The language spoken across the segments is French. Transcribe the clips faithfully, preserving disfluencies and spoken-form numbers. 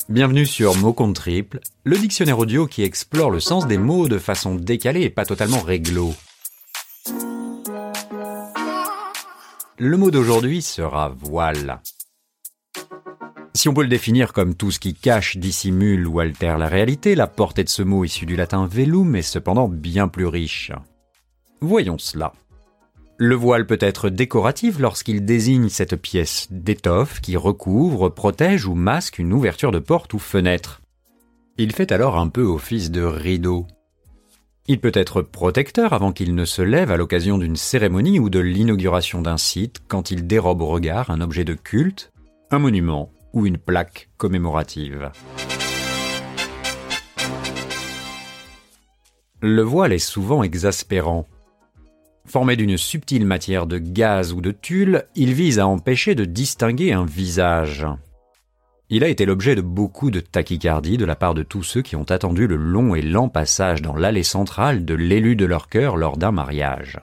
Bienvenue sur Mots Compte Triple, le dictionnaire audio qui explore le sens des mots de façon décalée et pas totalement réglo. Le mot d'aujourd'hui sera voile. Si on peut le définir comme tout ce qui cache, dissimule ou altère la réalité, la portée de ce mot issu du latin velum est cependant bien plus riche. Voyons cela. Le voile peut être décoratif lorsqu'il désigne cette pièce d'étoffe qui recouvre, protège ou masque une ouverture de porte ou fenêtre. Il fait alors un peu office de rideau. Il peut être protecteur avant qu'il ne se lève à l'occasion d'une cérémonie ou de l'inauguration d'un site quand il dérobe au regard un objet de culte, un monument ou une plaque commémorative. Le voile est souvent exaspérant. Formé d'une subtile matière de gaze ou de tulle, il vise à empêcher de distinguer un visage. Il a été l'objet de beaucoup de tachycardie de la part de tous ceux qui ont attendu le long et lent passage dans l'allée centrale de l'élu de leur cœur lors d'un mariage.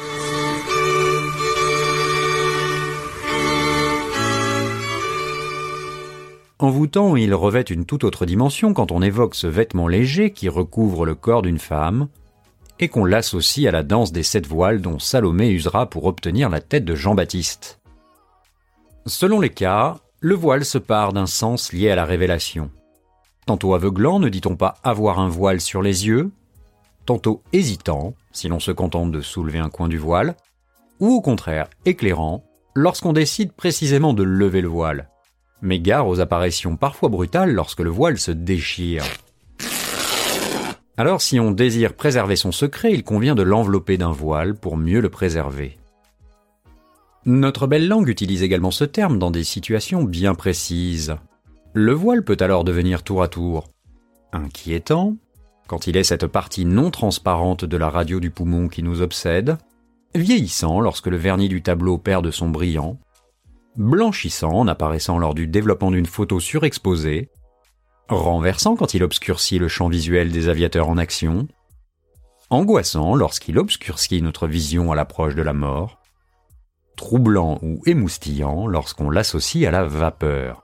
Envoûtant, il revêt une toute autre dimension quand on évoque ce vêtement léger qui recouvre le corps d'une femme, et qu'on l'associe à la danse des sept voiles dont Salomé usera pour obtenir la tête de Jean-Baptiste. Selon les cas, le voile se pare d'un sens lié à la révélation. Tantôt aveuglant, ne dit-on pas avoir un voile sur les yeux, tantôt hésitant, si l'on se contente de soulever un coin du voile, ou au contraire éclairant, lorsqu'on décide précisément de lever le voile. Mais gare aux apparitions parfois brutales lorsque le voile se déchire. Alors, si on désire préserver son secret, il convient de l'envelopper d'un voile pour mieux le préserver. Notre belle langue utilise également ce terme dans des situations bien précises. Le voile peut alors devenir tour à tour inquiétant, quand il est cette partie non transparente de la radio du poumon qui nous obsède, vieillissant lorsque le vernis du tableau perd de son brillant, blanchissant en apparaissant lors du développement d'une photo surexposée, renversant quand il obscurcit le champ visuel des aviateurs en action, angoissant lorsqu'il obscurcit notre vision à l'approche de la mort, troublant ou émoustillant lorsqu'on l'associe à la vapeur.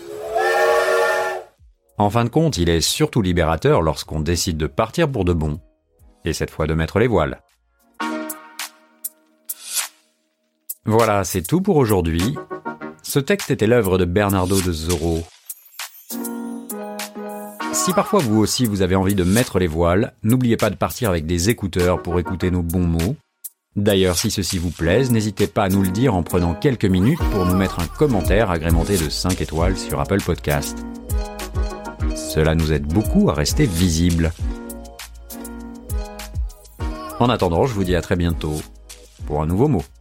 En fin de compte, il est surtout libérateur lorsqu'on décide de partir pour de bon, et cette fois de mettre les voiles. Voilà, c'est tout pour aujourd'hui. Ce texte était l'œuvre de Bernardo de Zorro. Si parfois vous aussi vous avez envie de mettre les voiles, n'oubliez pas de partir avec des écouteurs pour écouter nos bons mots. D'ailleurs, si ceci vous plaise, n'hésitez pas à nous le dire en prenant quelques minutes pour nous mettre un commentaire agrémenté de cinq étoiles sur Apple Podcast. Cela nous aide beaucoup à rester visibles. En attendant, je vous dis à très bientôt pour un nouveau mot.